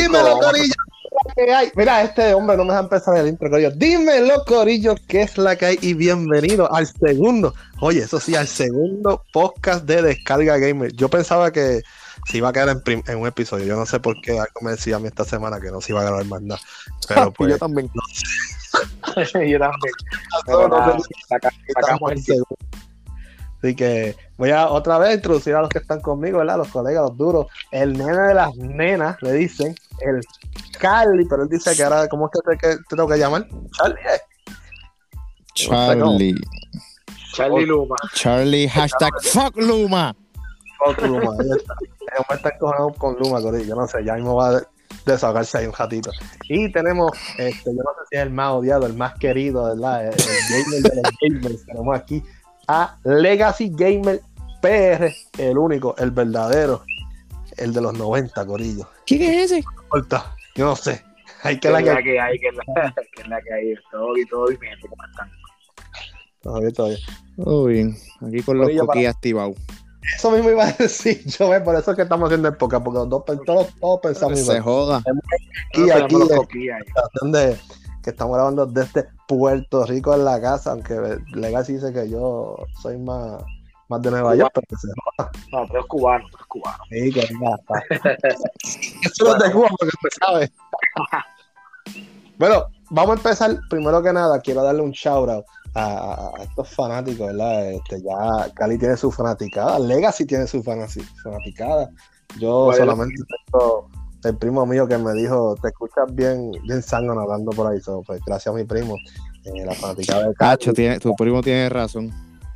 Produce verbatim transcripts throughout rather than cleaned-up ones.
Dímelo, Corillo, ¿qué es la que hay? Mira, este hombre no me deja empezar el intro, Corillo. Dímelo, Corillo, ¿qué es la que hay? Y bienvenido al segundo, oye, eso sí, al segundo podcast de Descarga Gamer. Yo pensaba que se iba a quedar en, prim- en un episodio. Yo no sé por qué algo me decía a mí esta semana que no se iba a grabar más nada. Pero pues. Yo también. No sé. Yo también. Pero Pero no, nada, no, saca, sacamos el tiempo. Así que voy a otra vez introducir a los que están conmigo, ¿verdad? Los colegas, los duros. El nene de las nenas, le dicen. El Carly, pero él dice que ahora, ¿cómo es que te, que te tengo que llamar? Charlie. Eh. Charlie. Charlie Luma. Charlie, hashtag fuck Luma. Fuck Luma, ahí está. El hombre está encojonado con Luma, Corillo. Yo no sé, ya mismo va a desahogarse ahí un ratito. Y tenemos, este, yo no sé si es el más odiado, el más querido, ¿verdad? El, el gamer de los gamers. Tenemos aquí a Legacy Gamer P R, el único, el verdadero, el de los noventa, Corillo. ¿Quién es ese? Corta, yo no sé. Hay que Que la es la que que hay, que es la que, es la que hay. Todo y todo y mi gente, ¿cómo están? todavía, todavía. Todo bien. Aquí con los Corillo, coquillas para- activados. Eso mismo iba a decir yo, ¿ves? Por eso es que estamos haciendo el podcast, porque los dos, todos, todos pensamos Se igual. joda. Aquí, No, aquí, tenemos los de- coquillas ahí. situación de que estamos grabando desde Puerto Rico en la casa, aunque Legacy dice que yo soy más, más de Nueva York, pero que se joda. No, tres cubanos, tres cubanos. Sí, que venga, está. Eso no es de Cuba, porque se sabe. Bueno, vamos a empezar. Primero que nada, quiero darle un shout out a, a estos fanáticos, ¿verdad? Este, ya Cali tiene su fanaticada, Legacy tiene su fanasi- fanaticada. Yo Bueno. solamente tengo el primo mío que me dijo, te escuchas bien, bien zángano hablando por ahí. So, pues, gracias a mi primo, eh, la fanaticada de Cali. Cacho, tiene, tu primo tiene razón.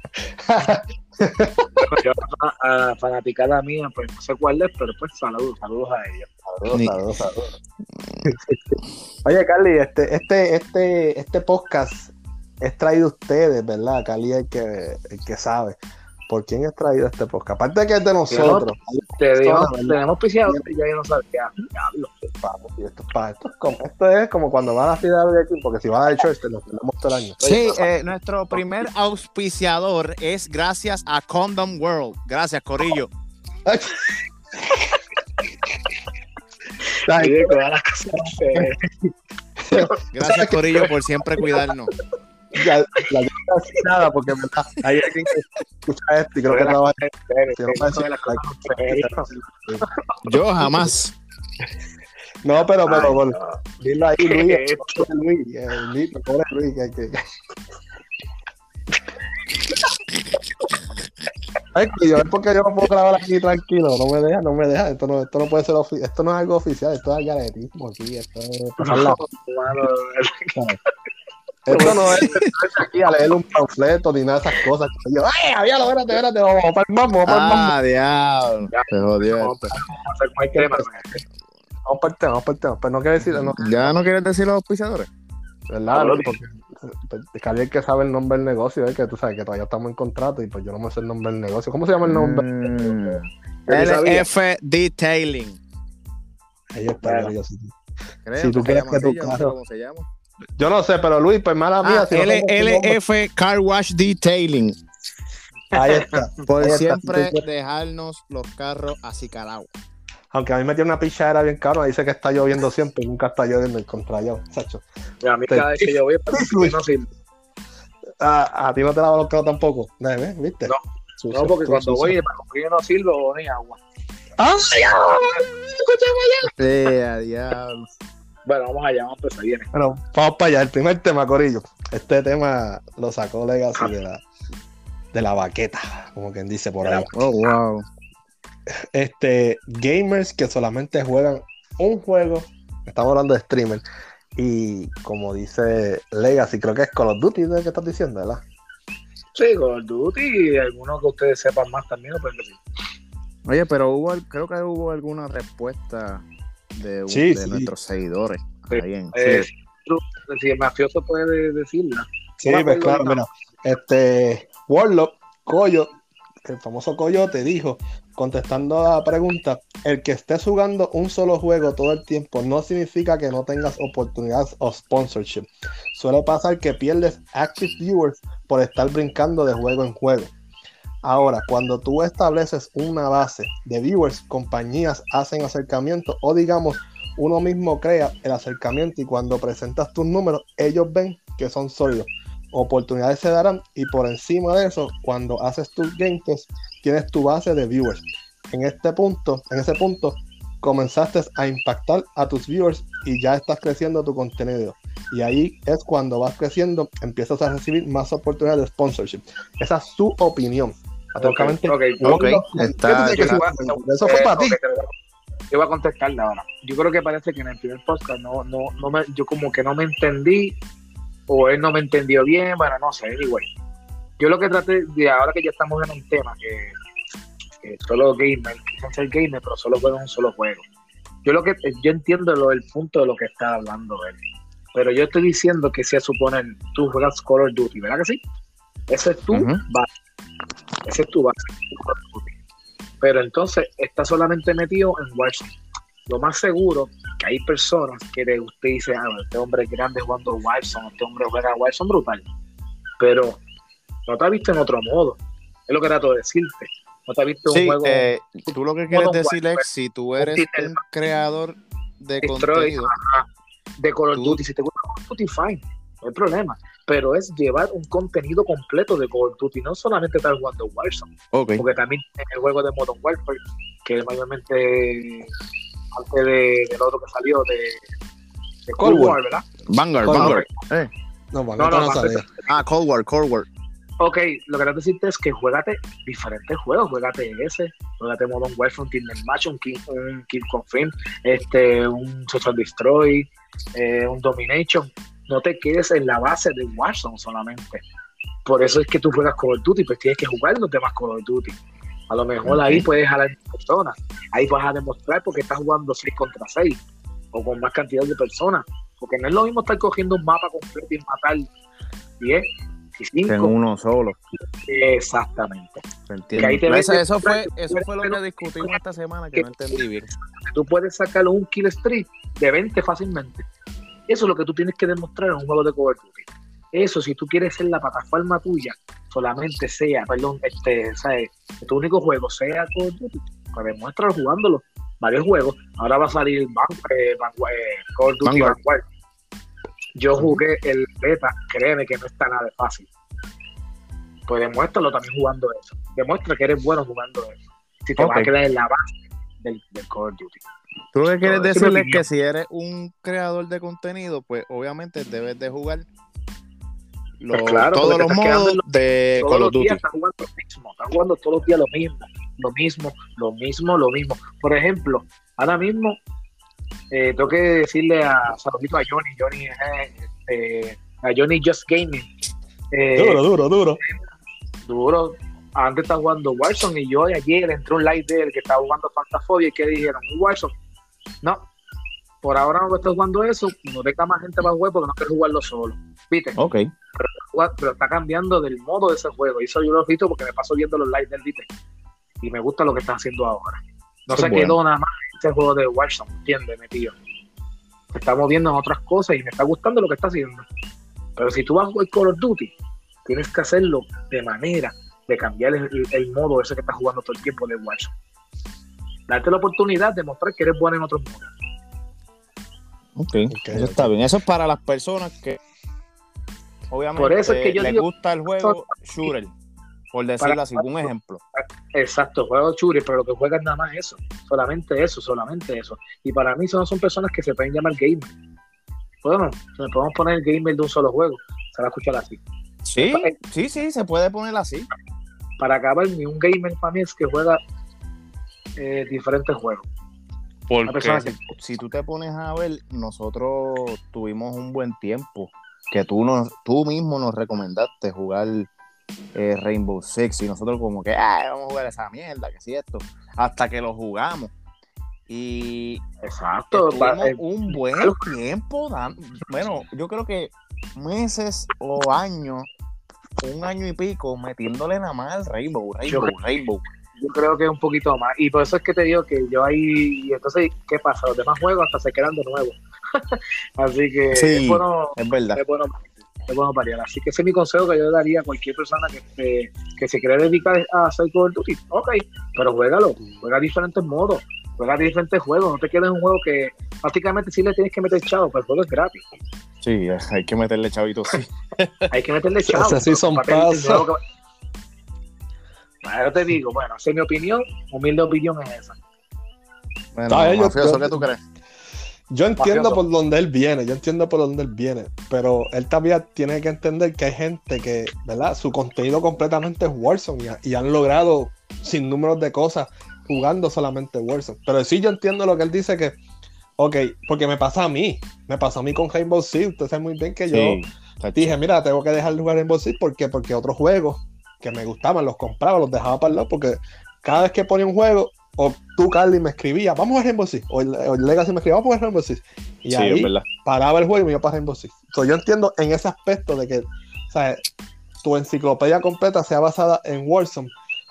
Yo, a, a fanaticada mía, pues no sé cuál es, pero pues saludos, saludos a ellos. Saludos, Ni- saludos, saludos. Oye, Carly, este, este, este, este podcast es traído a ustedes, ¿verdad? Carly es el que, el que sabe. ¿Por quién es traído este podcast? Aparte de que es de nosotros. Te digo, Persona, ¿verdad? tenemos piciado y ya yo no sabía. Diablo. Vamos, y esto, es pa- esto, es como, esto es como cuando van a tirar de aquí, porque si van al church, nos tenemos todo el año. Sí, eh, nuestro primer auspiciador es gracias a Condom World. Gracias, Corillo. Ay, Y de todas las cosas que- Gracias, Corillo, por siempre cuidarnos. ya, la yo no voy a decir nada, porque ¿verdad? Hay alguien que escucha esto y creo que trabaja. Si no me Eso de las cosas serias. Yo jamás. No, pero, pero, Ay, bueno, no. dilo ahí, Luis. ¿Qué es pobre Luis, eh, Luis, pobre Luis, que, que... Ay, yo es porque yo no puedo grabar aquí tranquilo, no me deja, no me deja, esto no, esto no puede ser ofi- esto no es algo oficial, esto es garetismo aquí, esto es pasar la- Mano, esto no es sentarse aquí a leer un panfleto ni nada de esas cosas. Yo, ay, había lo, espérate, espérate, vamos para el mambo, vamos para el mambo. Ah, diablo. Se jodió vamos esto. a hacer como el tema. Vamos para el tema, vamos para el tema, pero no quiere decir, no, ¿Ya no quieres decir los auspiciadores? ¿verdad? No, Porque pues, Cali es el que sabe el nombre del negocio, es que tú sabes que todavía estamos en contrato y pues yo no me sé el nombre del negocio. ¿Cómo se llama el nombre? Mm. Yo ni sabía. L F Detailing. Ahí está, Bueno. yo sí. Creo Si tú que quieres se que llama tu así, yo no sé carro- cómo se llama. Yo no sé, pero Luis, pues mala mía. Ah, si no L- tengo tu nombre. LF Car Wash Detailing. Ahí está. Por Ahí está. siempre Sí, sí. dejarnos los carros acicalados. Aunque a mí me tiene una pichadera bien caro, dice que está lloviendo siempre y nunca está lloviendo el contrario, Sacho. Y a mí cada vez que yo voy, pero Sí, no sirve. A, a ti no te lava los carros tampoco, ¿ves? ¿Viste? No. Sucio, No, porque sucio, cuando sucio. voy, para comer no sirve o ni agua. ¡Ah! Sí, a diablo. Bueno, vamos allá, vamos a empezar. Viene. Bueno, vamos para allá. El primer tema, Corillo. Este tema lo sacó Legacy de la, de la baqueta, como quien dice por De la ahí. Oh, wow. Este, gamers que solamente juegan un juego. Estamos hablando de streamers. Y como dice Legacy, creo que es Call of Duty, ¿de qué estás diciendo, verdad? Sí, Call of Duty y algunos que ustedes sepan más también lo pueden decir. Oye, pero hubo, creo que hubo alguna respuesta de, Sí, de sí. nuestros seguidores. Sí. Ahí en- Eh, sí. tú, si el mafioso puede decirla. Sí, No me pues acuerdo claro, ahorita. mira. Este, Warlock, Coyo, el famoso Coyote, dijo, contestando a la pregunta, el que estés jugando un solo juego todo el tiempo no significa que no tengas oportunidades o sponsorship. Suele pasar que pierdes active viewers por estar brincando de juego en juego. Ahora, cuando tú estableces una base de viewers, compañías hacen acercamiento o digamos uno mismo crea el acercamiento y cuando presentas tus números, ellos ven que son sólidos. Oportunidades se darán y por encima de eso, cuando haces tus game tests, tienes tu base de viewers. En este punto, en ese punto, comenzaste a impactar a tus viewers y ya estás creciendo tu contenido. Y ahí es cuando vas creciendo, empiezas a recibir más oportunidades de sponsorship. Esa es su opinión. Okay, okay, okay. Está, ¿Qué tú eso fue eh, para ti. Okay, yo voy a contestarle ahora. Yo creo que parece que en el primer podcast no, no, no me, yo como que no me entendí o él no me entendió bien, bueno, no sé, anyway. Yo lo que traté de ahora que ya estamos en un tema que, que solo gamers, quizás ser gamer, pero solo juegan un solo juego. Yo lo que yo entiendo lo, el punto de lo que está hablando él, pero yo estoy diciendo que si a suponer tú juegas Call of Duty, ¿verdad que sí? Ese es tu uh-huh. base, ese es tu base, Call of Duty. Pero entonces está solamente metido en Warzone. Lo más seguro que hay personas que de usted dice, ah, este hombre es grande jugando Warzone, este hombre juega Warzone brutal, pero no te has visto en otro modo. Es lo que trato de decirte. No te has visto sí, un juego. Eh, tú lo que quieres decir es, si tú eres un, un creador de Destroy, contenido ajá, de Call of tú... Duty, si te gusta Call of Duty, fine, no hay problema. Pero es llevar un contenido completo de Call of Duty, no solamente estar jugando Warzone. Okay. Porque también en el juego de Modern Warfare, que es mayormente antes de, del otro que salió de, de Cold War, War, ¿verdad? Vanguard, Cold Vanguard. War. Eh. No, Vanguard no, no, no sabía. Ah, Cold War, Cold War. Ok, lo que quiero decirte es que juégate diferentes juegos, juégate ese, juégate Modern Warfare, un Team Match, un Kill, un Kill Confirm, este, un Search and Destroy, eh, un Domination. No te quedes en la base de Warzone solamente. Por eso es que tú juegas Call of Duty, pues tienes que jugar los demás Call of Duty. A lo mejor okay. ahí puedes jalar personas, ahí vas a demostrar porque estás jugando seis contra seis o con más cantidad de personas, porque no es lo mismo estar cogiendo un mapa completo y matar diez y cinco en uno solo. Exactamente. Ahí te ves, eso fue eso fue lo que discutimos esta semana que, que no entendí bien. Tú puedes sacar un kill streak de veinte fácilmente. Eso es lo que tú tienes que demostrar en un juego de Call of Duty. Eso, si tú quieres ser la plataforma tuya, solamente sea, perdón, este, ¿sabes? Que tu único juego sea Call of Duty, pues demuéstralo jugándolo. Varios juegos. Ahora va a salir Van, eh, Van, eh, Call of Duty Vanguard. Vanguard. Yo jugué el beta, créeme que no está nada de fácil. Pues demuéstralo también jugando eso. Demuestra que eres bueno jugando eso. Si te okay. vas a quedar en la base del, del Call of Duty. Tú lo que quieres no, decirle es que si eres un creador de contenido, pues obviamente debes de jugar lo, pues claro, todos los modos lo, de todos Call of Duty. Estás jugando lo mismo, estás jugando todos los días lo mismo, lo mismo, lo mismo, lo mismo. Por ejemplo, ahora mismo eh, tengo que decirle a saludito a Johnny, Johnny eh, eh, a Johnny Just Gaming. Eh, duro, duro, duro. Duro. Antes estaba jugando Warzone y yo ayer entré un live de él que estaba jugando Fantasfobia y que dijeron, Warzone, no, por ahora no estoy jugando eso, no deja más gente para jugar porque no quiero jugarlo solo, ¿viste? Ok. Pero, pero está cambiando del modo de ese juego y eso yo lo he visto porque me paso viendo los lives del ¿viste? Y me gusta lo que está haciendo ahora. No se bueno. quedó nada más en ese juego de Warzone, ¿entiendes, mi tío? Se está moviendo en otras cosas y me está gustando lo que está haciendo. Pero si tú vas a jugar Call of Duty, tienes que hacerlo de manera de cambiar el, el modo ese que estás jugando todo el tiempo de Warzone. Darte la oportunidad de mostrar que eres bueno en otros modos. Okay, ok, eso está bien. Eso es para las personas que obviamente por eso es que yo les digo, gusta el juego shooter, por decirlo para, así, un ejemplo. Exacto, juego shooter, pero lo que juegan nada más eso, solamente eso, solamente eso. Y para mí son, son personas que se pueden llamar gamer. Bueno, se podemos poner el gamer de un solo juego, se va a escuchar así. Sí, sí, sí, se puede poner así. Para acabar, ni un gamer para mí es que juega eh, diferentes juegos. Porque que... si tú te pones a ver, nosotros tuvimos un buen tiempo que tú nos, tú mismo nos recomendaste jugar eh, Rainbow Six y nosotros como que, ah, vamos a jugar esa mierda, que si esto, hasta que lo jugamos. Y exacto, tuvimos eh, un buen eh, tiempo, dan, bueno, yo creo que meses o años, un año y pico, metiéndole nada más al Rainbow, Rainbow, yo, Rainbow. Yo creo que es un poquito más. Y por eso es que te digo que yo ahí, y entonces, ¿qué pasa? Los demás juegos hasta se quedan de nuevo. Así que sí, es bueno, es verdad. Es bueno, es bueno variar. Así que ese es mi consejo que yo daría a cualquier persona que, que, que se quiera dedicar a hacer Call of Duty. Ok, pero juégalo, juega diferentes modos. Juega diferentes juegos, no te quedes en un juego que prácticamente sí le tienes que meter chavo, pero el juego es gratis. Sí, hay que meterle chavito, sí. Hay que meterle chavo. Ese sí son pasos. Bueno, te digo, bueno, esa es mi opinión, humilde opinión es esa. Bueno, Ah, yo- mafioso, yo- ¿qué tú crees? Yo entiendo Mafioso. por dónde él viene, yo entiendo por dónde él viene, pero él también tiene que entender que hay gente que, ¿verdad? Su contenido completamente es Warzone y, ha- y han logrado sin números de cosas jugando solamente Warzone. Pero sí yo entiendo lo que él dice que, ok, porque me pasa a mí, me pasó a mí con Rainbow Six, usted sabe muy bien que yo Sí, tacho. dije, mira, tengo que dejar de jugar Rainbow Six porque, porque otros juegos que me gustaban los compraba, los dejaba para el lado, porque cada vez que ponía un juego, o tú, Carly, me escribía, vamos a Rainbow Six, o el, o el Legacy me escribía, vamos a Rainbow Six, y Sí, ahí es verdad. paraba el juego y me iba para Rainbow Six. So, yo entiendo en ese aspecto de que, o sea, tu enciclopedia completa sea basada en Warzone.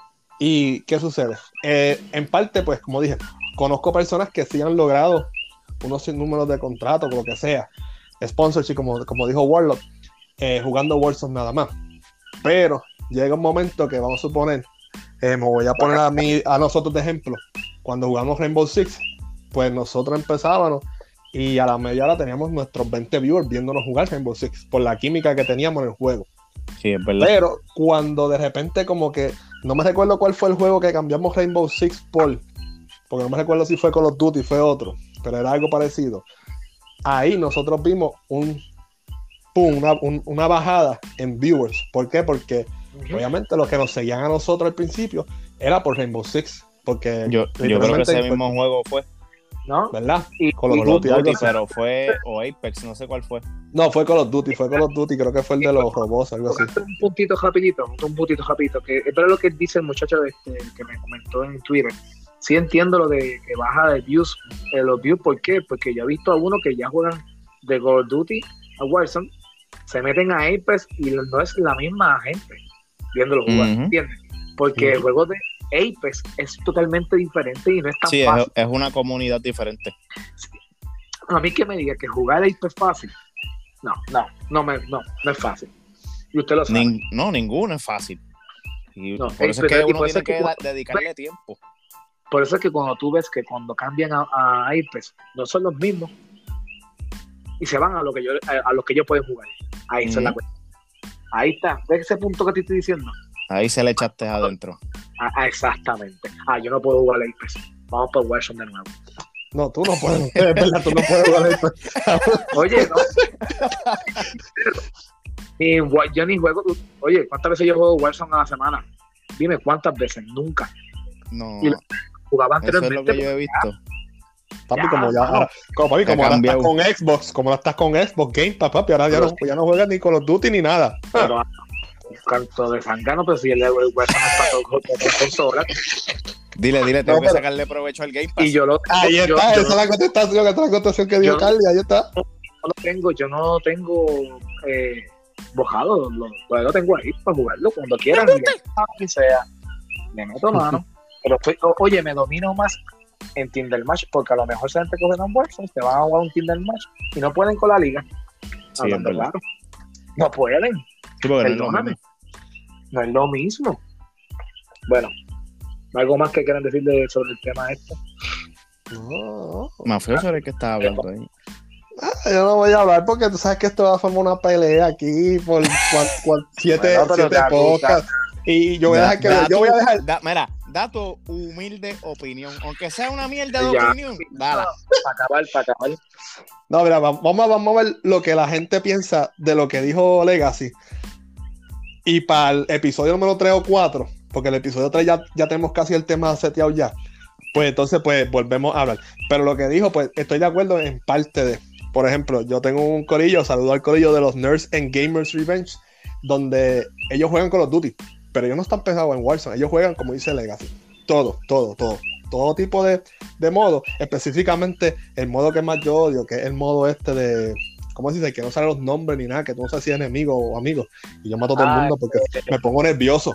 ¿Y qué sucede? Eh, en parte, pues, como dije, conozco personas que sí han logrado unos números de contrato, o lo que sea, sponsorship, como, como dijo Warlock, eh, jugando Warzone nada más. Pero llega un momento que, vamos a suponer, eh, me voy a poner a mí, a nosotros de ejemplo, cuando jugamos Rainbow Six, pues nosotros empezábamos y a la media hora teníamos nuestros veinte viewers viéndonos jugar Rainbow Six, por la química que teníamos en el juego. Sí, es verdad. Pero cuando de repente como que, no me recuerdo cuál fue el juego que cambiamos Rainbow Six por, porque no me recuerdo si fue Call of Duty, fue otro, pero era algo parecido. Ahí nosotros vimos un, pum, una, un- una bajada en viewers. ¿Por qué? Porque Ujú. obviamente los que nos seguían a nosotros al principio era por Rainbow Six, porque Yo, yo creo que literalmente, ese pues, mismo juego fue ¿No? ¿verdad? Y, Call of Call of Duty, algo Duty, así. pero fue o Apex, no sé cuál fue. No, fue Call of Duty, fue Call of Duty, creo que fue el de los robots, algo así. un puntito rapidito, un puntito rapidito, que esto es lo que dice el muchacho este, que me comentó en Twitter. Sí entiendo lo de que baja de views, eh, los views, ¿por qué? Porque yo he visto a uno que ya juegan de Call of Duty a Warzone, se meten a Apex y no es la misma gente viéndolo jugar, Ujú. ¿entiendes? Porque Ujú. el juego de Apex es totalmente diferente y no es tan Sí, es, fácil. es una comunidad diferente. A mí que me diga que jugar Apex es fácil, no, no, no, me, no, no es fácil. Y usted lo sabe. Nin- no, ninguno es fácil. Y No, por eso eh, es que pero- y uno por eso tiene es que que da- cuando- dedicarle tiempo. Por eso es que cuando tú ves que cuando cambian a, a Apex no son los mismos y se van a lo que yo a, a los que ellos pueden jugar. Ahí esa es la Ujú. cuestión. Ahí está. ¿Ves ese punto que te estoy diciendo? Ahí se le echaste adentro. Ah, ah, exactamente. Ah, yo no puedo jugar Apex. Vamos por Warzone de nuevo. No, tú no puedes, es verdad, tú no puedes jugar esto. Oye, no. Ni wa- yo ni juego. Oye, ¿cuántas veces yo juego Warzone a la semana? Dime cuántas veces. Nunca. No, Y jugaba eso es lo anteriormente. que yo he visto. Papi, Ya, como ya, mano. ahora, como, papi, Ha como ahora estás cambiado. con Xbox, como ahora estás con Xbox Game Pass, papi, ahora ya no, ya no juegas ni Call of Duty ni nada. Pero ah, un canto de sangano, pero si el, el Warzone es para todo- para todas las consolas. Dile, dile, tengo No, que pero- sacarle provecho al Game Pass. Y yo lo Ahí yo, está, yo esa es la contestación, esa es la contestación que dio yo- Carly, ahí está. no lo tengo, yo no tengo eh, bojado, lo, pues lo tengo ahí para jugarlo cuando quieran, y sea, le meto mano. Pero estoy, o- oye, me domino más en Tinder Match, porque a lo mejor se gente coge un Warzone, te van a jugar un Tinder Match y no pueden con la liga. Sí, Hablando es verdad. claro. No pueden, Sí, porque no es lo perdóname. mismo. No es lo mismo. Bueno, algo más que quieran decir de- sobre el tema este. No, Mafioso era el que estaba hablando ahí. yo no voy a hablar porque tú sabes que esto va a formar una pelea aquí por cuan- cuan- siete, Bueno, pero siete ya tú podcasts. Y yo voy a Da- dejar que da yo voy a tu- dejar. da- mira, da tu humilde opinión. Aunque sea una mierda de Ya. opinión, dala. Para acabar, para acabar. No, mira, va- vamos a, vamos a ver lo que la gente piensa de lo que dijo Legacy. Y para el episodio número tres o cuatro, porque el episodio tres ya, ya tenemos casi el tema seteado ya, pues entonces pues volvemos a hablar. Pero lo que dijo, pues estoy de acuerdo en parte de, por ejemplo, yo tengo un corillo, saludo al corillo de los Nerds and Gamers Revenge, donde ellos juegan Call of Duty, pero ellos no están pesados en Warzone, ellos juegan como dice Legacy, todo, todo, todo. Todo tipo de, de modo, específicamente el modo que más yo odio, que es el modo este de, ¿cómo se dice? Que no salen los nombres ni nada, que tú no sabes si es enemigo o amigo. Y yo mato a todo el Ah, mundo porque me pongo nervioso.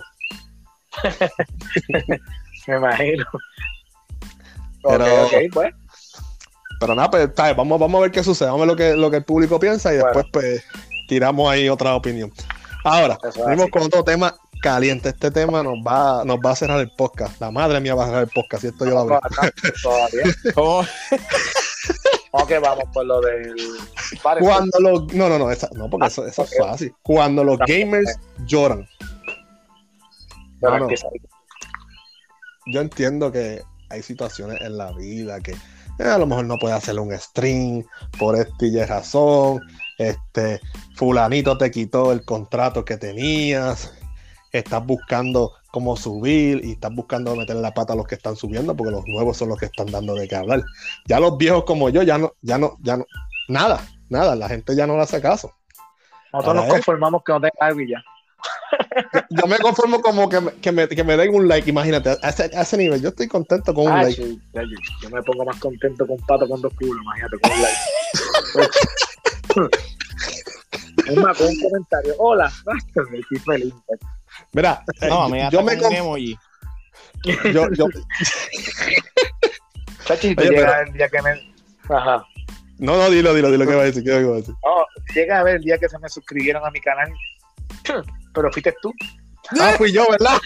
Me imagino. Pero- Ok, ok, pues. Pero nada, pues ¿sabes? Vamos, vamos a ver qué sucede, vamos a ver lo que, lo que el público piensa y Bueno. después pues tiramos ahí otra opinión. Ahora, Eso es venimos así. con otro tema caliente. Este tema nos va, nos va a cerrar el podcast. La madre mía va a cerrar el podcast, si esto yo la veo. Todavía. ¿Cómo? Ok, vamos por lo del... Cuando los... No, no, no, esa, no, porque eso, eso okay. es fácil. Cuando los gamers lloran. Bueno, yo entiendo que hay situaciones en la vida que eh, a lo mejor no puedes hacer un stream por esta y razón. Este, fulanito te quitó el contrato que tenías. Estás buscando cómo subir y estás buscando meter la pata a los que están subiendo porque los nuevos son los que están dando de qué hablar. Ya los viejos como yo ya no, ya no, ya no, nada, nada, la gente ya no le hace caso. Nosotros nos conformamos que no tenga algo y ya. Yo, yo me conformo como que me, que me, que me den un like, imagínate, a ese, a ese nivel, yo estoy contento con un ah, like. Sí, yo me pongo más contento con un pato con dos culos, imagínate, con un like. un, un comentario, hola, estoy feliz. Mira, no, eh, yo me con... emoji. Yo, yo... Chachito, llega pero... el día que me... Ajá. No, no, dilo, dilo, dilo, ¿qué va a decir? ¿Qué va a decir? No, llega a ver el día que se me suscribieron a mi canal, pero fuiste tú. Ah, fui yo, ¿verdad?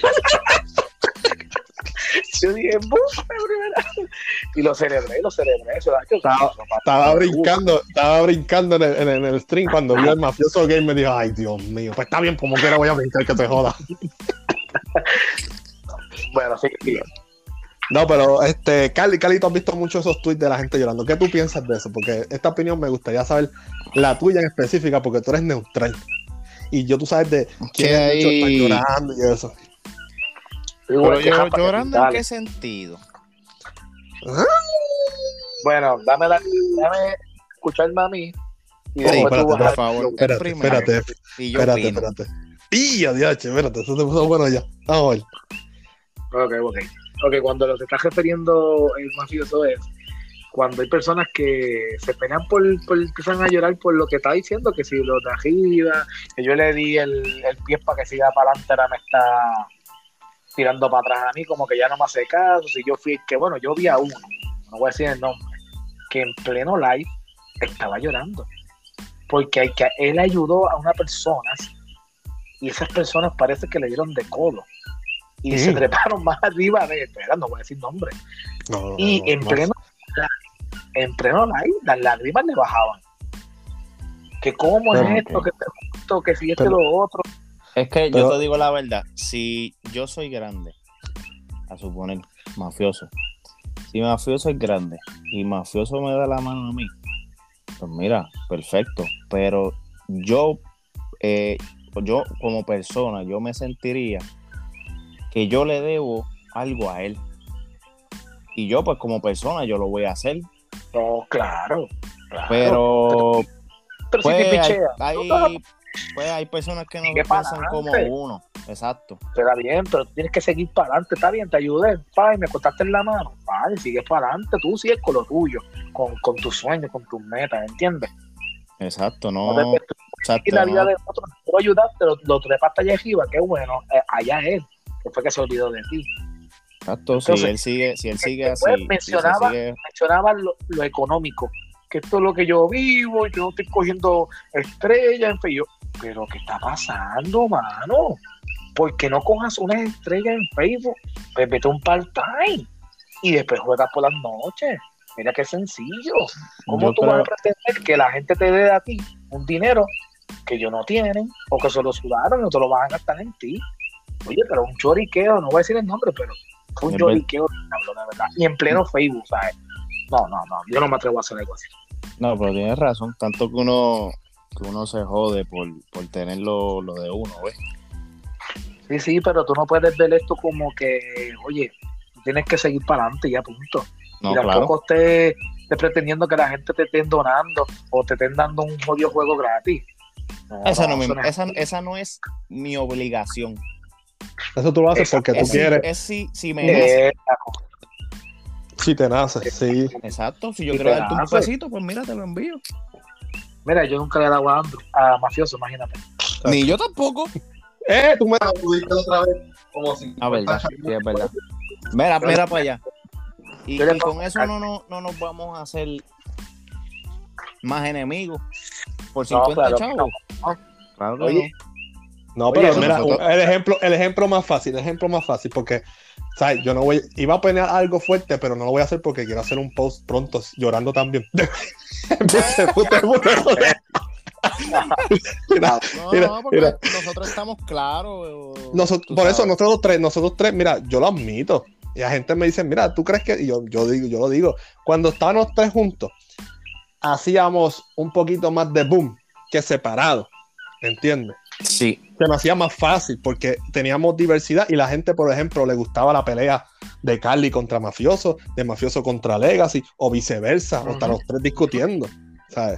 Yo dije, y lo celebré, lo celebré. Eso, estaba, estaba brincando, estaba brincando en el, en, el, en el stream cuando vio el mafioso game me dijo, ay, Dios mío, pues está bien, como quiera voy a brincar que te joda. Bueno, sí, sí. No, pero este, Cali, Cali, tú has visto mucho esos tweets de la gente llorando. ¿Qué tú piensas de eso? Porque esta opinión me gustaría saber la tuya en específica, porque tú eres neutral. Y yo, tú sabes de quién hay... está llorando y eso. Pero yo, ¿llorando en qué sentido? ¿Ah? Bueno, dame, la, dame escucharme a mí. Y oh, después espérate, tú vas por a... favor, espérate, espérate, espérate, y yo espérate, opino. espérate. ¡Y adiós, espérate! Eso te puso bueno ya. Vamos a ver. Ok, ok. Ok, cuando lo que estás refiriendo el mafioso es cuando hay personas que se pelean por, por empiezan a llorar por lo que está diciendo, que si lo de arriba, que yo le di el, el pie para que siga para adelante, ahora me está tirando para atrás a mí, como que ya no me hace caso. Si yo fui, que bueno, yo vi a uno, no voy a decir el nombre, que en pleno live estaba llorando, porque hay que, él ayudó a unas personas y esas personas parece que le dieron de codo y sí. se treparon más arriba de él, no voy a decir nombre, no, y no, en no, pleno no. en pleno live las lágrimas le bajaban, que cómo pero, es esto, okay. que esto, que si este pero, lo otro. Es que yo pero, te digo la verdad, si yo soy grande, a suponer, mafioso, si mafioso es grande y mafioso me da la mano a mí, pues mira, perfecto, pero yo, eh, yo como persona, yo me sentiría que yo le debo algo a él, y yo pues como persona yo lo voy a hacer. No, claro, claro. Pero, pero pues, si te pichea, hay, hay pues hay personas que no piensan como uno, exacto. Está bien, pero tú tienes que seguir para adelante, está bien, te ayudé, pa, y me cortaste en la mano, vale, sigues para adelante, tú sigues con lo tuyo, con, con tus sueños, con tus metas, ¿entiendes? Exacto, no, no te, exacto, y la vida no. de otros, tú ayudaste, lo, lo trepaste allá arriba, qué bueno, eh, allá él, que fue que se olvidó de ti. Exacto, entonces, si él sigue, si él sigue así, mencionaba, si sigue... mencionaba lo, lo económico, que esto es lo que yo vivo y que no estoy cogiendo estrellas, en fin, yo, pero ¿qué está pasando, mano? ¿Por qué no cojas una estrella en Facebook? Pues vete un part-time y después juegas por las noches. Mira qué sencillo. ¿Cómo yo tú creo... vas a pretender que la gente te dé a ti un dinero que ellos no tienen o que se lo sudaron o te lo van a gastar en ti? Oye, pero un choriqueo, no voy a decir el nombre, pero un choriqueo, de verdad. Y en pleno Facebook, ¿sabes? No, no, no, yo no me atrevo a hacer algo así. No, pero tienes razón, tanto que uno que uno se jode por, por tener lo, lo de uno, ¿ves? Sí, sí, pero tú no puedes ver esto como que, oye, tienes que seguir para adelante y ya, punto. No, y tampoco claro. estés, estés pretendiendo que la gente te esté donando o te estén dando un jodido juego gratis. No, esa, no, no me, esa, esa no es mi obligación. Eso tú lo haces porque tú es, quieres. Es si, si me nace. Si te nace, sí. Exacto, si yo si quiero darte nace. un pesito, pues mira, te lo envío. Mira, yo nunca le he dado a Andrew, a mafioso, imagínate. Ni yo tampoco. Eh, tú me la pudiste otra vez. Como si a verdad, sí, es verdad. Mira, mira para allá. Y, y con eso no, no, no nos vamos a hacer más enemigos. Por cincuenta no, claro, chavos. No. Claro que Oye, no. No, Oye, pero eso mira, nosotros- el ejemplo, el ejemplo más fácil, el ejemplo más fácil, porque, ¿sabes? Yo no voy, iba a poner algo fuerte, pero no lo voy a hacer porque quiero hacer un post pronto llorando también. Empiece, puta, puta, puta. Mira, No, mira, no, porque mira. nosotros estamos claros. Nosotros- tú por eso sabes. nosotros tres, nosotros tres, mira, yo lo admito. Y la gente me dice, mira, ¿tú crees que? Y yo, yo digo, yo lo digo, cuando estábamos tres juntos, hacíamos un poquito más de boom que separados, ¿entiendes? Sí. Se nos hacía más fácil porque teníamos diversidad y la gente, por ejemplo, le gustaba la pelea de Carly contra Mafioso, de Mafioso contra Legacy, o viceversa, o hasta Ujú. los tres discutiendo, ¿sabes?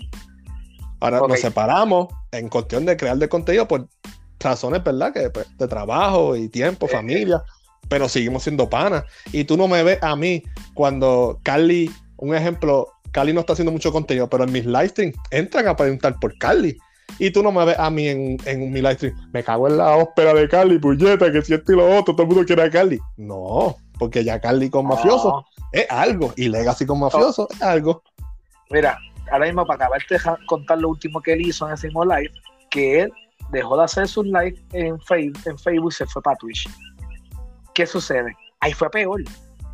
Ahora Ok. nos separamos en cuestión de crear de contenido por razones, ¿verdad? Que pues, de trabajo y tiempo, Eh, familia, pero seguimos siendo panas. Y tú no me ves a mí cuando Carly, un ejemplo, Carly no está haciendo mucho contenido, pero en mis live streams entran a preguntar por Carly. Y tú no me ves a mí en, en mi live stream. Me cago en la ópera de Carly, puñeta, que si esto y lo otro, todo el mundo quiere a Carly. No, porque ya Carly con Mafioso No. es algo. Y Legacy con Mafioso es algo. Mira, ahora mismo para acabarte de ja- contar lo último que él hizo en ese mismo live, que él dejó de hacer sus live en Facebook, en Facebook y se fue para Twitch. ¿Qué sucede? Ahí fue peor.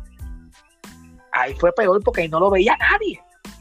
Ahí fue peor porque ahí no lo veía nadie.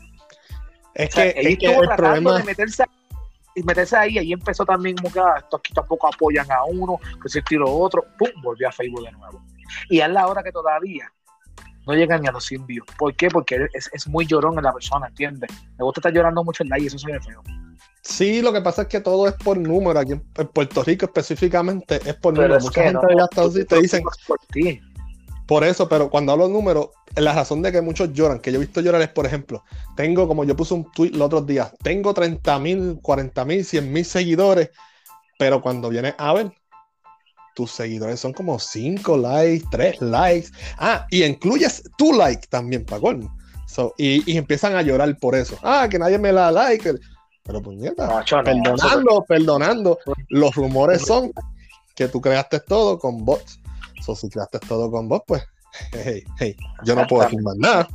Es O sea, que, él es que estuvo el tratando problema... de meterse, y meterse ahí, ahí empezó también como que ah, estos aquí tampoco apoyan a uno, que si tiro otro, pum, volvió a Facebook de nuevo. Y es la hora que todavía no llegan ni a los cien views. ¿Por qué? Porque él es, es muy llorón en la persona, ¿entiendes? Me gusta estar llorando mucho en live y eso se ve feo. Sí, lo que pasa es que todo es por número. Aquí en en Puerto Rico específicamente es por Pero número. es Mucha que gente no, ya está tú- así, tú- te dicen tú- por ti. por eso, pero cuando hablo de números, la razón de que muchos lloran, que yo he visto llorar es, por ejemplo, tengo, como yo puse un tweet los otros días, tengo treinta mil, cuarenta mil, cien mil seguidores, pero cuando vienes a ver, tus seguidores son como cinco likes, tres likes. Ah, y incluyes tu like también, para colmo. So, y, y empiezan a llorar por eso. Ah, que nadie me la like. Pero puñeta, Macho, no, perdonando, perdonando. eso- Los rumores son que tú creaste todo con bots. So, si creaste todo con bots, pues, hey, hey, yo no puedo decir más nada.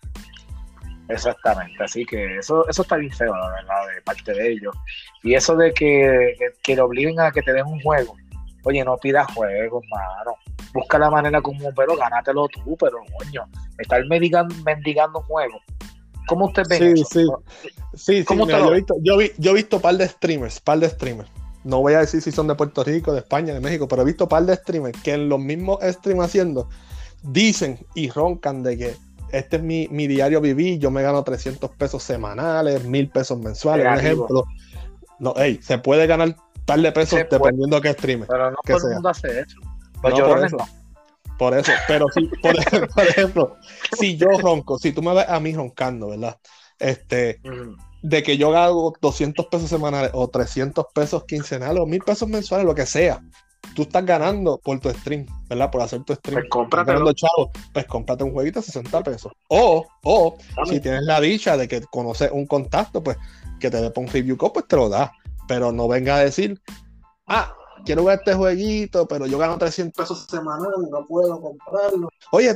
Exactamente, así que eso, eso está bien feo, la verdad, de parte de ellos. Y eso de que, que, que le obliguen a que te den un juego. Oye, no pidas juegos, mano. Busca la manera como, pero gánatelo tú, pero coño, estar mendigando, mendigando un juego. ¿Cómo usted ve Sí, eso? sí. Sí, sí, ¿Cómo mira, te lo yo, he ves? visto, yo, vi, yo he visto par de streamers, par de streamers. No voy a decir si son de Puerto Rico, de España, de México, pero he visto par de streamers que en los mismos streams haciendo dicen y roncan de que este es mi, mi diario vivir, yo me gano trescientos pesos semanales, mil pesos mensuales, un Negativo. ejemplo. No, hey, se puede ganar tal de pesos Se puede. dependiendo de qué streamer. Pero no que todo sea. el mundo hace eso. Los No, por llorones eso. no. Por eso, pero si, por, por ejemplo, si yo ronco, si tú me ves a mí roncando, ¿verdad? Este, Mm. de que yo hago doscientos pesos semanales o trescientos pesos quincenales o mil pesos mensuales, lo que sea, tú estás ganando por tu stream, ¿verdad? Por hacer tu stream. Pues cómpratelo. Estás ganando chavo, pues cómprate un jueguito de sesenta pesos. O, o, Dame. si tienes la dicha de que conoces un contacto, pues que te dé por un review code, pues te lo da. Pero no venga a decir, ah, quiero ver este jueguito, pero yo gano trescientos pesos semanales, no puedo comprarlo. Oye,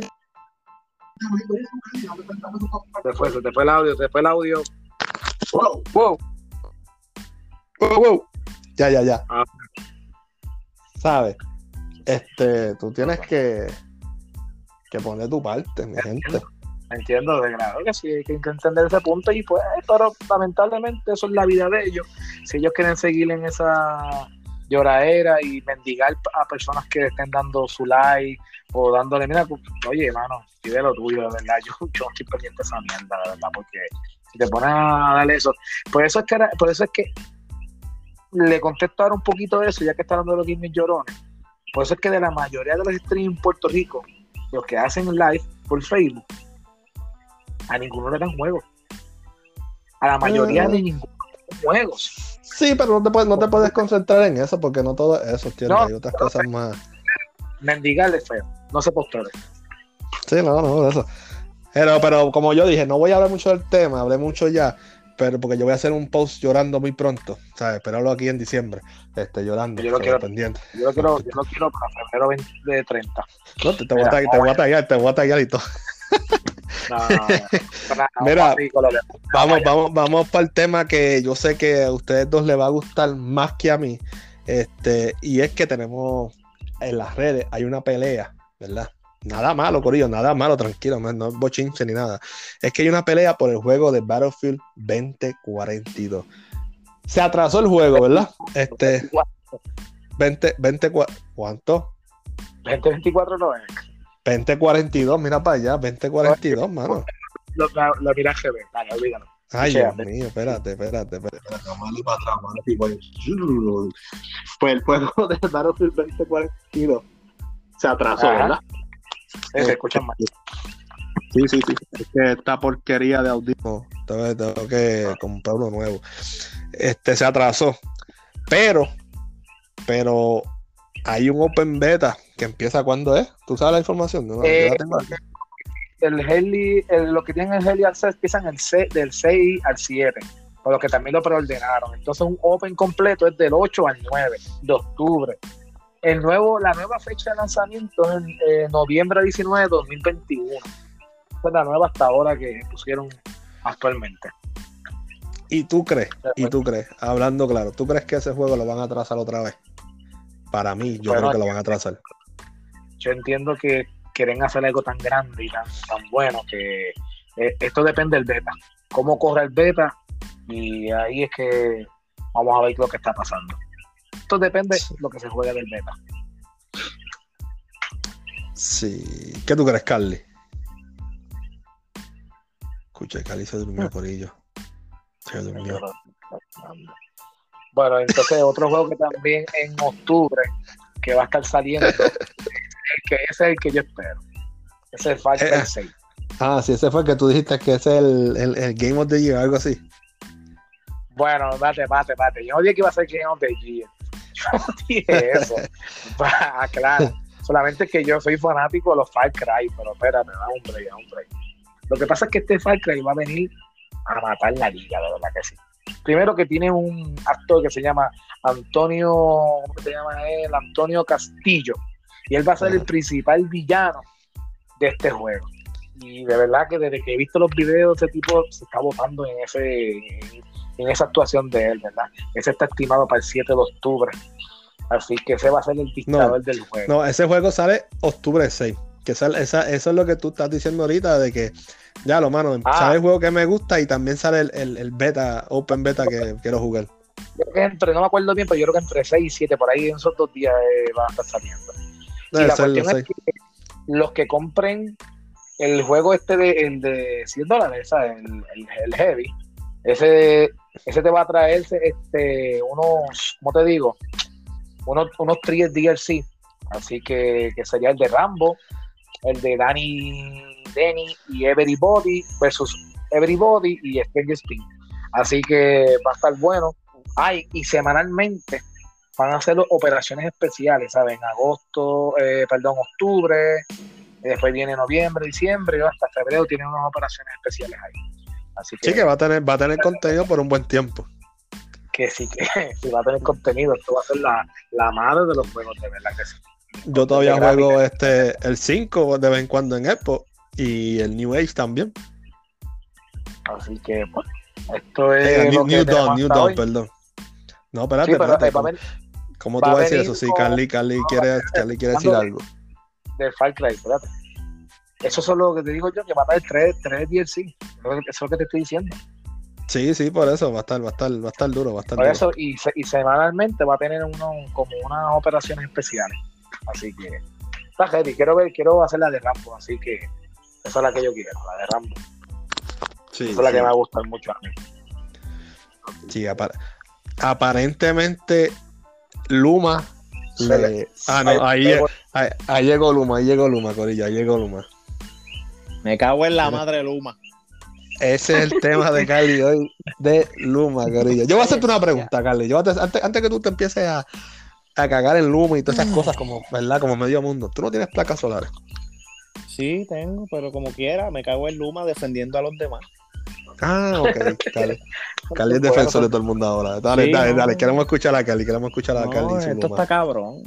Se fue, se te fue el audio, se te fue el audio. wow, Wow. wow, wow. Ya, ya, ya. Ah. ¿Sabes? Este, tú tienes que, que poner tu parte, mi gente. Entiendo, de claro que sí, hay que entender ese punto y pues, pero lamentablemente eso es la vida de ellos. Si ellos quieren seguir en esa lloradera y mendigar a personas que estén dando su like o dándole, mira, oye, hermano, pide lo tuyo, de verdad, yo, yo estoy pendiente de esa mierda, de verdad, porque si te pones a darle eso, por eso es que, por eso es que le contesto ahora un poquito de eso, ya que está hablando de los gaming llorones, por eso es que de la mayoría de los streams en Puerto Rico, los que hacen live por Facebook, a ninguno le dan juegos. A la mayoría Uh. de ninguno le dan juegos. Sí, pero no te puedes, no te puedes concentrar en eso porque no todo es eso, ¿entiendes? No, Hay otras no, cosas más. Mendigarle es feo. No se postore. Sí, no, no, de eso. Pero, pero como yo dije, no voy a hablar mucho del tema, hablé mucho ya, pero porque yo voy a hacer un post llorando muy pronto, ¿sabes? Esperarlo aquí en diciembre, este, llorando, Yo lo so, quiero. pendiente. Yo lo quiero, yo lo quiero para febrero veinte de treinta. No, te, te voy a Mira, tag- te voy a tallar, te voy a tallar y todo. No, no, no. Para- Mira, así, con lo que- Vamos, vamos, vamos para el tema que yo sé que a ustedes dos les va a gustar más que a mí. Este, y es que tenemos en las redes, hay una pelea, ¿verdad? Nada malo, corillo, nada malo, tranquilo, man, no es bochinche ni nada. Es que hay una pelea por el juego de Battlefield veinte cuarenta y dos. Se atrasó el juego, ¿verdad? Este, veinte, veinte, ¿cuánto? veinte veinticuatro no es. veinte cuarenta y dos, mira para allá, veinte cuarenta y dos, mano. Lo, lo, lo mira G B, dale, olvídalo. Ay, Dios mío, espérate, espérate, espérate. Vamos a ir para atrás, mano. Pues el juego de Battlefield veinte cuarenta y dos se atrasó, Ajá. ¿verdad? Eh, se escuchan mal. Sí, sí, sí. Es que esta porquería de audífono, tengo, tengo que comprar uno nuevo. Este se atrasó. Pero, pero hay un open beta que empieza cuando es. ¿Tú sabes la información? No, Eh, yo la tengo aquí. El Heli, el, lo que tienen el Heli Access empiezan el C, del seis al siete, por lo que también lo preordenaron. Entonces un Open completo es del ocho al nueve de octubre. El nuevo, la nueva fecha de lanzamiento es en eh, noviembre diecinueve de dos mil veintiuno. Esa es la nueva hasta ahora que pusieron actualmente. ¿Y tú crees? ¿Y tú crees? Hablando claro, ¿tú crees que ese juego lo van a atrasar otra vez? Para mí, yo Bueno, creo que lo van a atrasar. Yo entiendo que quieren hacer algo tan grande y tan, tan bueno que eh, esto depende del beta. Cómo corre el beta, y ahí es que vamos a ver lo que está pasando. Esto depende de lo que se juegue del beta. Sí. ¿Qué tú crees, Carly? Escucha, Carly se durmió, corillo. Se durmió. Bueno, entonces otro juego que también en octubre que va a estar saliendo, que ese es el que yo espero. Ese es Far Cry Eh, seis. Ah, sí, ese fue el que tú dijiste que ese es el, el, el Game of the Year, algo así. Bueno, mate, mate, mate. Yo no dije que iba a ser Game of the Year. Yo no dije eso. Va, claro. Solamente que yo soy fanático de los Far Cry, pero espérate, da un break, da un break. Lo que pasa es que este Far Cry va a venir a matar la liga, de verdad que sí. Primero que tiene un actor que se llama Antonio, ¿cómo se llama él? Antonio Castillo. Y él va a ser el principal villano de este juego. Y de verdad que desde que he visto los videos, ese tipo se está botando en ese en, en esa actuación de él, ¿verdad? Ese está estimado para el siete de octubre. Así que ese va a ser el dictador No, del juego. No, ese juego sale octubre seis. Que sale, esa, eso es lo que tú estás diciendo ahorita, de que ya lo mano, Ah. sale el juego que me gusta y también sale el, el, el beta, open beta que quiero jugar. Yo creo que entre, no me acuerdo bien, pero yo creo que entre seis y siete, por ahí en esos dos días eh, van a estar saliendo. Y Debe la ser cuestión los es que los que compren el juego este de, el de cien dólares, ¿sabes? El, el, el Heavy, ese, ese te va a traer este, unos, ¿cómo te digo? Unos, unos tres D L C. Así que, que sería el de Rambo, el de Danny, Danny y Everybody versus Everybody y Stranger Things. Así que va a estar bueno. Ay, y semanalmente van a hacer operaciones especiales, ¿sabes? En agosto, eh, perdón, octubre, después viene noviembre, diciembre, y hasta febrero tienen unas operaciones especiales ahí. Así que, Sí, que va a tener, va a tener contenido por un buen tiempo. que sí, que sí va a tener contenido. Esto va a ser la, la madre de los juegos, de verdad que sí. Yo todavía De juego gráfica. este el cinco de vez en cuando en Xbox y el New Age también. Así que, pues, esto es Eh, lo New, que New tenemos Dawn, New hasta Dawn, hoy. perdón. No, espérate, Sí, pero espérate. eh, va a ¿Cómo, venir cómo va tú a vas a decir venir eso? Sí, con- Carly, Carly quiere, Carly quiere decir hablando algo. de Far Cry, espérate. Eso es lo que te digo yo, que va a traer tres, tres D L C. Eso es lo que te estoy diciendo. Sí, sí, por eso va a estar, va a estar, va a estar duro, va a estar Por duro. eso, y, se- y semanalmente va a tener uno, como unas operaciones especiales. Así que está heavy. Quiero ver, quiero hacer la de Rambo, así que esa es la que yo quiero, la de Rambo. Sí, Esa es la sí. que me va a gustar mucho a mí. Sí, apar- aparentemente Luma Se le... le- Ah, no, ahí, Ahí- ahí, ahí llegó Luma, ahí llegó Luma, Corilla, ahí llegó Luma. Me cago en la Mira. madre Luma. Ese es el tema de Carly hoy, de Luma, Corilla. Yo voy a hacerte una pregunta, Carly. Yo voy a- antes, antes que tú te empieces a, a cagar en Luma y todas esas cosas, como, ¿verdad? Como medio mundo. Tú no tienes placas solares. Sí, tengo, pero como quiera, me cago en Luma defendiendo a los demás. Ah, ok, Carly. Carly es defensor de todo el mundo ahora. Dale, Sí, dale, no. dale. Queremos escuchar a Carly, queremos escuchar a No, Carly y su esto Luma. está cabrón.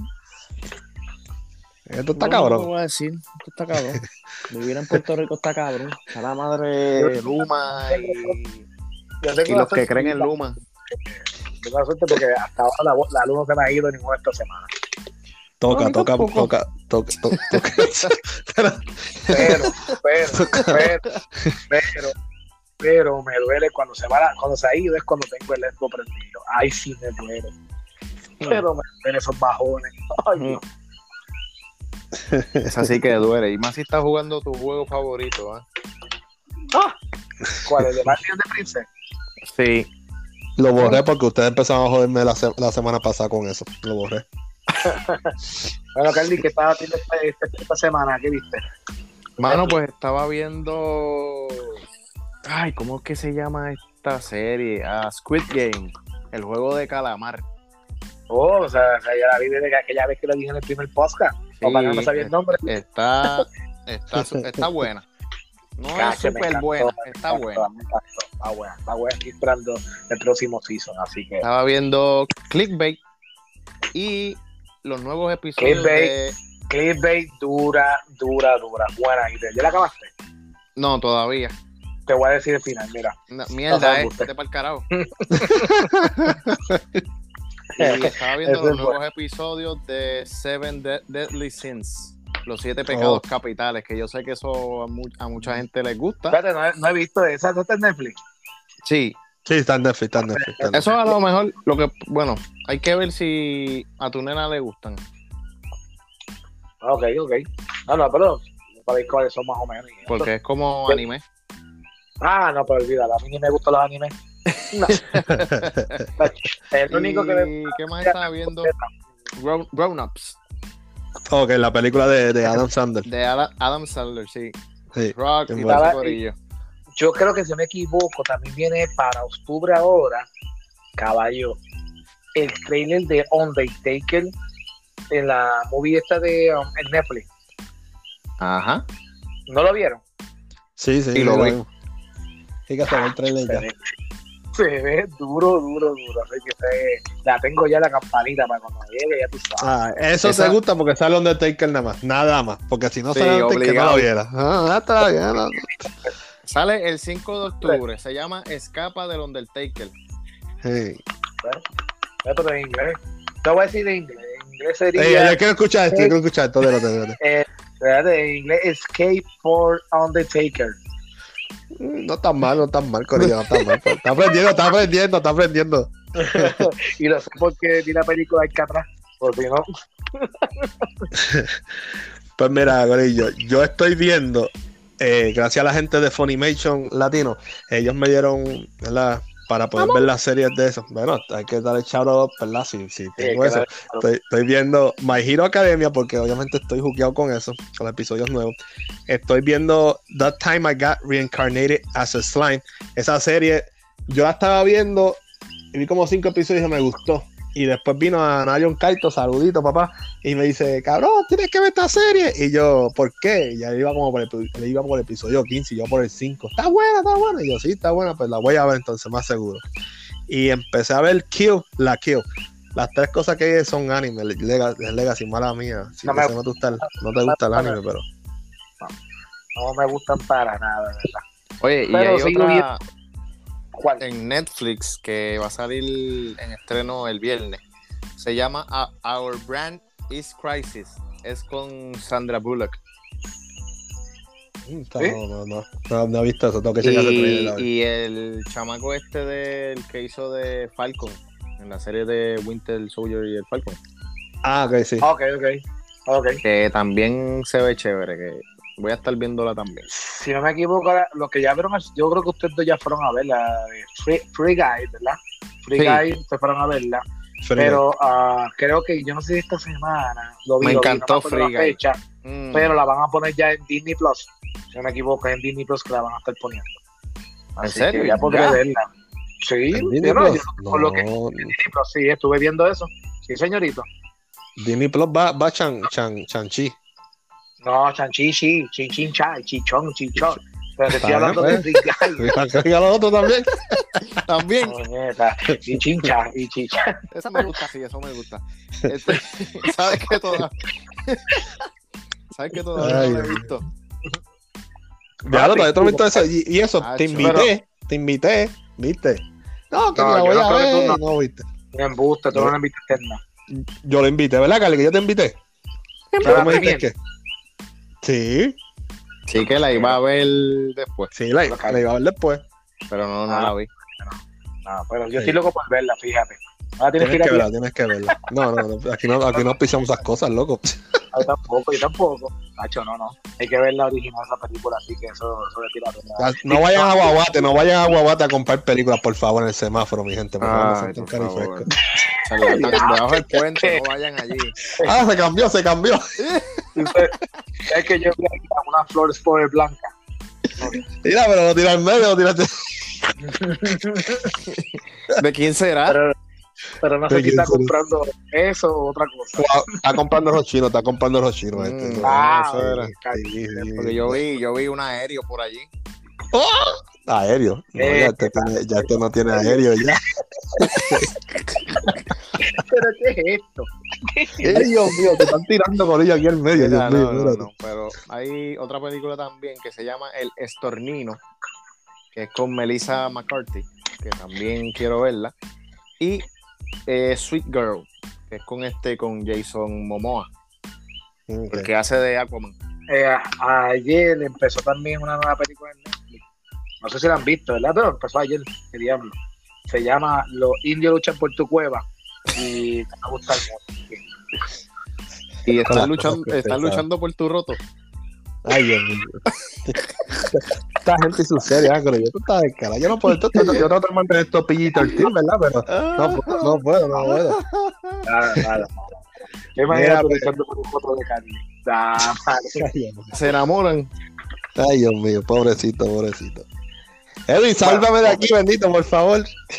Esto está No, cabrón. No voy a decir, esto está cabrón. Vivir en Puerto Rico está cabrón. A la madre Luma y, Yo y tengo los una que creen en sensibilidad. Luma. tengo la suerte porque hasta ahora la, la luz no se me ha ido ninguna esta semana. Toca, toca, toca, toca, toca, toca. pero, pero, pero, pero, pero me duele cuando se va la, cuando se ha ido es cuando tengo el Xbox prendido. Ay, sí me duele. Pero me duele esos bajones. Ay, Dios. Es así que duele. Y más si estás jugando tu juego favorito, ¿eh? Ah, ¿cuál es? ¿De Guardian de Princess? Sí. Lo borré porque ustedes empezaron a joderme la, se- la semana pasada con eso. Lo borré. Bueno, Carly, ¿qué estaba haciendo esta, esta, esta semana? ¿Qué viste? Mano, pues estaba viendo. Ay, ¿cómo es que se llama esta serie? Ah, Squid Game, el juego de calamar. Oh, o sea, o sea, ya la vi desde aquella vez que lo dije en el primer podcast. Sí, o para que no sabía el nombre. Está, está, está buena. No Cacho, es me súper encantó, buena, me está encantó, buena. me encantó, Está buena, está buena. Estoy esperando el próximo season, así que. Estaba viendo Clickbait y los nuevos episodios Clickbait. de... Clickbait dura, dura, dura. Buena idea. ¿Ya la acabaste? No, todavía. Te voy a decir el final, mira. No, No mierda, me eh, gusta. vete para el carajo. Y estaba viendo Eso los es nuevos bueno. episodios de Seven De- Deadly Sins, los siete pecados Oh. capitales, que yo sé que eso a, mu- a mucha gente les gusta. Espérate, no he, no he visto esa. ¿No está en Netflix? Sí, Sí, está en Netflix, está en Netflix. Está en eso Netflix. a lo mejor, lo que, bueno, hay que ver si a tu nena le gustan. Ok, ok. No, no, pero para ver cuáles son más o menos. Porque es como anime. Ah, no, pero olvídalo. A mí ni me gustan los animes. No. El único que me ¿Y qué más estaba viendo? Grown, Grown Ups, Ok, la película de, de Adam Sandler. de Adam, Adam Sandler, sí. Sí. Rock Qué y bueno. todo ese corillo. Yo creo que si no me equivoco, también viene para octubre ahora, caballo, el trailer de Undertaker en la movie esta de um, en Netflix. Ajá. ¿No lo vieron? Sí, sí, Sí, lo lo vi. vi. Sí, que se ve el trailer Se ya. ve, se ve duro, duro, duro. Así que se- la tengo ya la campanita para cuando llegue, ya tú sabes. Ah, eso Esa- te gusta porque sale Undertaker nada más, nada más. Porque si no Sí, sale Undertaker no obligado. lo viera. Ah, ya está bien. No. Sale el cinco de octubre. Se llama Escapa del Undertaker. Sí. Eh, Pero en inglés. Te voy a decir en inglés. En inglés sería. Ey, yo quiero escuchar esto, yo quiero escuchar esto de lo de eh, espérate, en inglés, Escape for Undertaker. No tan mal, no tan mal, Corillo, no tan mal. Está aprendiendo, está aprendiendo, está aprendiendo. Y lo sé porque vi la película de atrás. Por si no. Pues mira, Corillo, yo estoy viendo, eh, gracias a la gente de Funimation Latino, ellos me dieron, ¿verdad? Para poder ver las series de eso. Bueno, hay que darle shout out, ¿verdad? Si, si tengo que eso. la- Estoy, estoy viendo My Hero Academia porque obviamente estoy jugueado con eso, con los episodios nuevos. Estoy viendo That Time I Got Reincarnated as a Slime. Esa serie, yo la estaba viendo y vi como cinco episodios y me gustó. Y después vino a Nayon Kaito, saludito papá, y me dice, cabrón, tienes que ver esta serie. Y yo, ¿por qué? Y ya iba como por el, le iba por el episodio quince y yo por el cinco. Está buena, está buena. Y yo, sí, está buena, pues la voy a ver entonces, más seguro. Y empecé a ver Kill, la Kill. Las tres cosas que hay son anime, Legacy, Legacy mala mía. Si No no, me- no, te gusta el, no te gusta el anime, pero... No me gustan para nada, de verdad. Oye, y Pero hay sigo otra ¿Cuál? en Netflix que va a salir en estreno el viernes. Se llama A- Our Brand is Crisis. Es con Sandra Bullock. Mm, está- ¿Sí? No, no, no, no, no he visto eso, tengo que checar ese trailer. a ver. Y, y el chamaco este del que hizo de Falcon en la serie de Winter Soldier y el Falcon, Ah, ok, sí. Ok, ok. Ok. que también se ve chévere, que voy a estar viéndola también. Si no me equivoco, la- los que ya vieron, yo creo que ustedes dos ya fueron a verla. de Free, Free Guy, ¿verdad? Free Sí. Guy, se fueron a verla. Pero ah, creo que yo no sé si esta semana lo vi. Me lo vi, encantó no acuerdo la Free Guy. fecha, Mm. pero la van a poner ya en Disney Plus. Si no me equivoco, es en Disney Plus que la van a estar poniendo. Así serio? que ya podré ¿Ya? verla. Sí, ¿En Disney yo no, Plus? yo- por lo que No, Disney Plus, sí, estuve viendo eso. Sí, señorito. Disney Plus va, va Chan, Chan, Chan-Chi. No, chanchi, chi, chin, chin, chai, chichón, chichón. Pero te estoy Está hablando bien, de Free Guy. Y a los otros también. También. Muñeca, y chincha, y chicha. Esa me gusta, sí, eso me gusta. Este, ¿Sabes qué toda? ¿Sabes qué todavía Ay, no lo he Dios visto? Ya lo todavía te momento eso. Y, y eso, Ah, te chulo. invité, te invité, ¿viste? No, que No, me la yo voy no a creo que ver. tú No, ¿viste? Me embuste, tú no me invitaste nada. Yo lo invité, ¿verdad, Carly? Que yo te invité. Pero ¿Cómo me dijiste que? Sí, Sí que la iba a ver después, sí, la, la iba a ver después. pero no, no Ah. la vi. No, pero yo Sí. estoy loco por verla, fíjate. Ahora tienes, Tienes que que ir verla, tienes que verla. No, no, no, aquí no, aquí no pisamos esas cosas, loco. a... Yo tampoco, yo tampoco. Nacho, no, no. Hay que ver la original de esa película, así que eso, eso de tirar. No vayan a Guabate, no vayan a Guabate a comprar películas, por favor, en el semáforo, mi gente. Por favor, no sean Ay, tan por favor. carifrescos. Charlatán, debajo del puente, no vayan allí. Ah, se cambió, se cambió. Es que yo vi aquí una flor spoiler blanca. Mira, pero lo tiras en medio, lo tiraste. ¿De quién será? Pero, pero no sé ¿De si está quién será? comprando eso o otra cosa. Está comprando los chinos, está comprando los chinos. Mm, Este, Ah, eso era. sí, sí, Porque yo vi, yo vi un aéreo por allí. Aéreo. No, Eh, ya, este tiene- ya este no tiene aéreo ya. ¿Pero qué es esto? Ay, Dios mío, te están tirando con ellos aquí en medio. Mira, Dios mío, no, no, espérate. no, pero hay otra película también que se llama El Estornino, que es con Melissa McCarthy, que también quiero verla. Y eh, Sweet Girl, que es con este, con Jason Momoa, Ok. el que hace de Aquaman. Eh, a- ayer empezó también una nueva película en Netflix. No sé si la han visto, ¿verdad? Pero empezó ayer, el diablo. Se llama Los indios luchan por tu cueva. Y me va a gustar mucho. Y Con están las luchando, cosas que están se luchando por tu roto. Ay, Dios mío. Esta gente y su serie, ah, pero yo tú estás de cara. Yo no puedo, yo, yo, yo trato de mantener esto P G trece, ¿verdad? Pero no, puedo, no puedo, no puedo. Nada, nada. ¿Qué imagínate Mira, luchando por un foto de carne? Ah, madre. Ay, Dios mío. Se enamoran. Ay, Dios mío, pobrecito, pobrecito. Edwin, sálvame de aquí, bendito, por favor.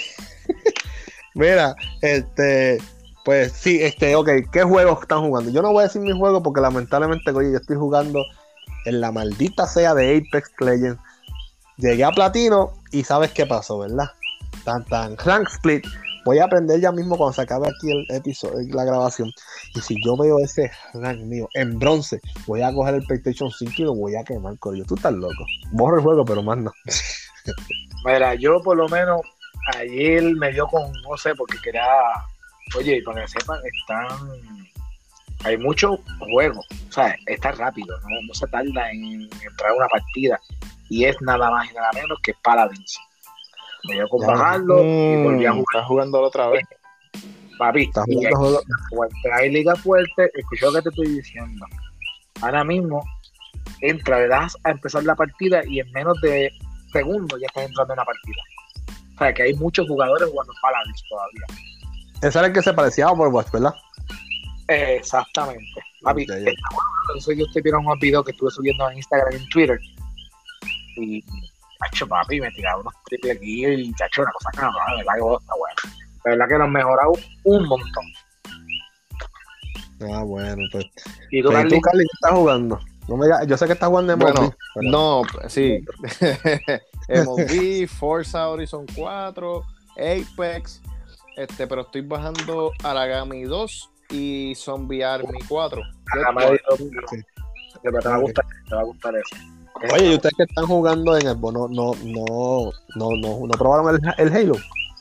Mira, este, pues sí, este, ok, ¿qué juegos están jugando? Yo no voy a decir mi juego porque lamentablemente, oye, yo estoy jugando en la maldita sea de Apex Legends. Llegué a Platino y sabes qué pasó, ¿verdad? Tan, tan, Rank Split. Voy a aprender ya mismo cuando se acabe aquí el episodio, la grabación. Y si yo veo ese rank mío en bronce, voy a coger el PlayStation cinco y lo voy a quemar, corillo. Tú estás loco. Borro el juego, pero más no. Mira, yo por lo menos ayer me dio con, no sé, porque quería, oye, para que sepan, están, hay muchos juegos, o sea, está rápido, no, no se tarda en entrar a una partida y es nada más y nada menos que Paladins. Me dio con Ya. bajarlo y volví a jugar, Estás jugando otra vez. papi, Estás y jugando juegos. fuerte, hay liga fuerte, escucha lo que te estoy diciendo. Ahora mismo entra, le das a empezar la partida y en menos de segundos ya estás entrando en la partida. O sea, que hay muchos jugadores jugando Paladins todavía. Ese era el que se parecía a Overwatch, ¿verdad? Eh, exactamente. Papi, Ok, ok. está bueno, entonces yo estoy viendo unos videos que estuve subiendo en Instagram y en Twitter. Y, macho, papi, me tiraba unos triple kills y, chacho, una cosa cabrón, la verdad que vos está bueno. La verdad que lo han mejorado un montón. Ah, bueno, pues. Y tú, Pero, ¿y Carly, tú, Carly, qué estás jugando? No me digas- yo sé que estás jugando en Bueno, M L B, pero- No, sí. M L B, Forza Horizon cuatro, Apex, este, pero estoy bajando Aragami dos y Zombie Army cuatro. la madre de Dios, Sí. pero te va a gustar, te va a gustar eso. Oye, ¿y ustedes que están jugando en el no, no, no, no, no, no probaron el, el Halo?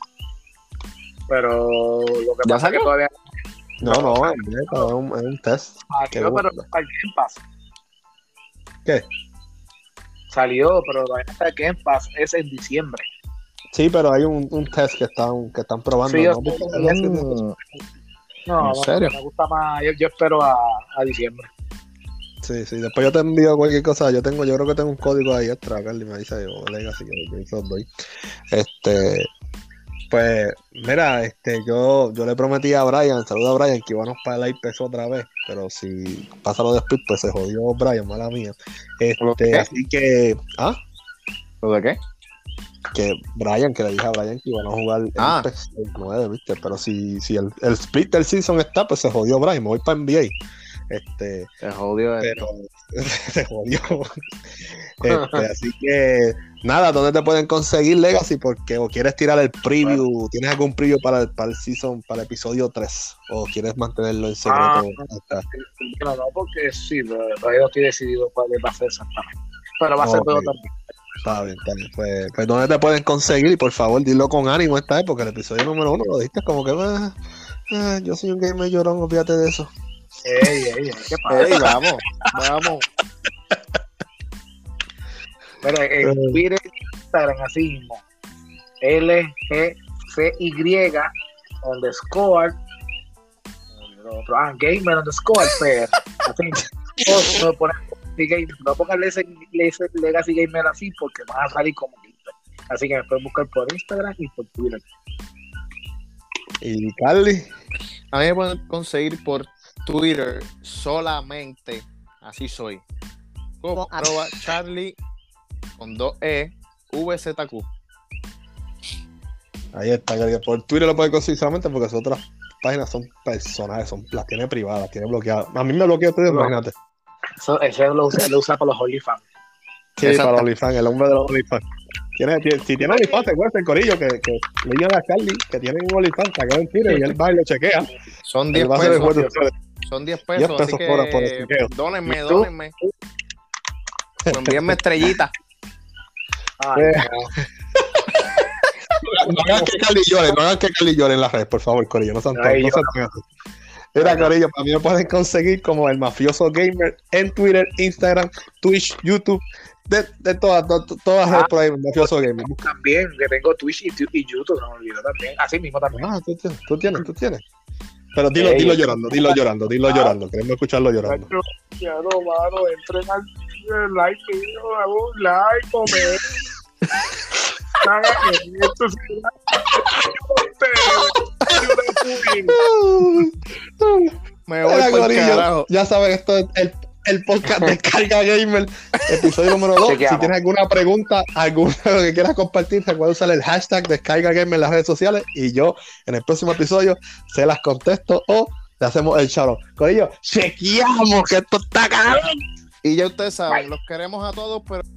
Pero lo que ¿Ya pasa es salió? que todavía No, No, no, no. es beta, es un, es un test. salió, Qué pero bueno. no está el Game Pass. ¿Qué? Salió, pero todavía no está el Game Pass, es en diciembre. Sí, pero hay un, un test que están, que están probando. Sí, yo ¿no? sé. Mm, No, ¿En no, serio? me gusta más, yo, yo espero a, a diciembre. Sí, sí, después yo te envío cualquier cosa. Yo tengo, yo creo que tengo un código ahí extra, Carly, me dice yo, Legacy, yo, yo se los doy. Este, pues, mira, este, yo, yo le prometí a Brian, saluda a Brian, que íbamos para el Apex otra vez, pero si pasa lo de Split, pues se jodió Brian, mala mía. ¿Lo Este, qué? así que, ah, ¿Lo de qué? que Brian, que le dije a Brian que iban a jugar Ah. Apex nueve, ¿viste? Pero si, si el, el split del season está, pues se jodió Brian, me voy para N B A. Este, Se jodió pero esto. se jodió. Este, así que, nada, ¿dónde te pueden conseguir Legacy? Porque o quieres tirar el preview, ¿tienes algún preview para el, para el season, para el episodio tres? ¿O quieres mantenerlo en secreto? Ah, hasta- No, no, porque sí, pero todavía no estoy decidido cuál va a ser exactamente. Pero va a ser Ok. todo también. Está bien, está bien. Pues, pues ¿dónde te pueden conseguir? Y por favor, dilo con ánimo esta vez, porque el episodio número uno lo dijiste como que ah, ah, yo soy un gamer llorón, olvídate de eso. Ey, ey, ey, ¿qué pasa? Ey, vamos, vamos. Pero en Twitter y Instagram así mismo. L G C Y underscore ah, gamer underscore per. Así no poner no pongan Legacy Gamer así porque van a salir como gamer. Así que me pueden buscar por Instagram y por Twitter. ¿Y Carly? A mí me pueden conseguir por Twitter solamente, así soy, como arroba Charlie con dos E V Z Q. Ahí está, Carly. Por Twitter lo pueden conseguir solamente porque sus otras páginas son personales, son, las tiene privadas, tiene bloqueadas. A mí me bloqueó Twitter, no. Imagínate. Eso, eso lo, usa, lo usa para los OnlyFans. Sí, exacto. Para los OnlyFans, el hombre de los OnlyFans. Tiene, tiene, si tiene OnlyFans, te cuesta el corillo que, que le digan a Carly que tiene un OnlyFans, que haga un Twitter y él va y lo chequea. Son diez pesos. Son diez pesos, diez pesos así que por, por dónenme, dónenme. Pues envíenme estrellitas. Eh, no hagan que Carly llore, no hagan que Carly llore en las redes, por favor, corillo, no sean tontos, no sean tontos. Mira, corillo, para mí me pueden conseguir como el Mafioso Gamer en Twitter, Instagram, Twitch, YouTube, de, de todas, to, to, todas ah, por ahí, Mafioso Gamer. También, que tengo Twitch y, y YouTube, no me olvido también, así mismo también. Ah, tú, tú tienes, tú tienes. Pero dilo, dilo llorando, dilo llorando, dilo llorando, queremos escucharlo llorando. Ya no, mano, entren al like, hago un like, comer. Me voy por el carajo. Ya saben, esto es el, el podcast de Descarga Gamer, episodio número dos. Si tienes alguna pregunta, alguna que quieras compartir, recuerda usar el hashtag Descarga Gamer en las redes sociales y yo en el próximo episodio se las contesto o le hacemos el shout out. Corillo, chequeamos que esto está cagado. Y ya ustedes saben, los queremos a todos, pero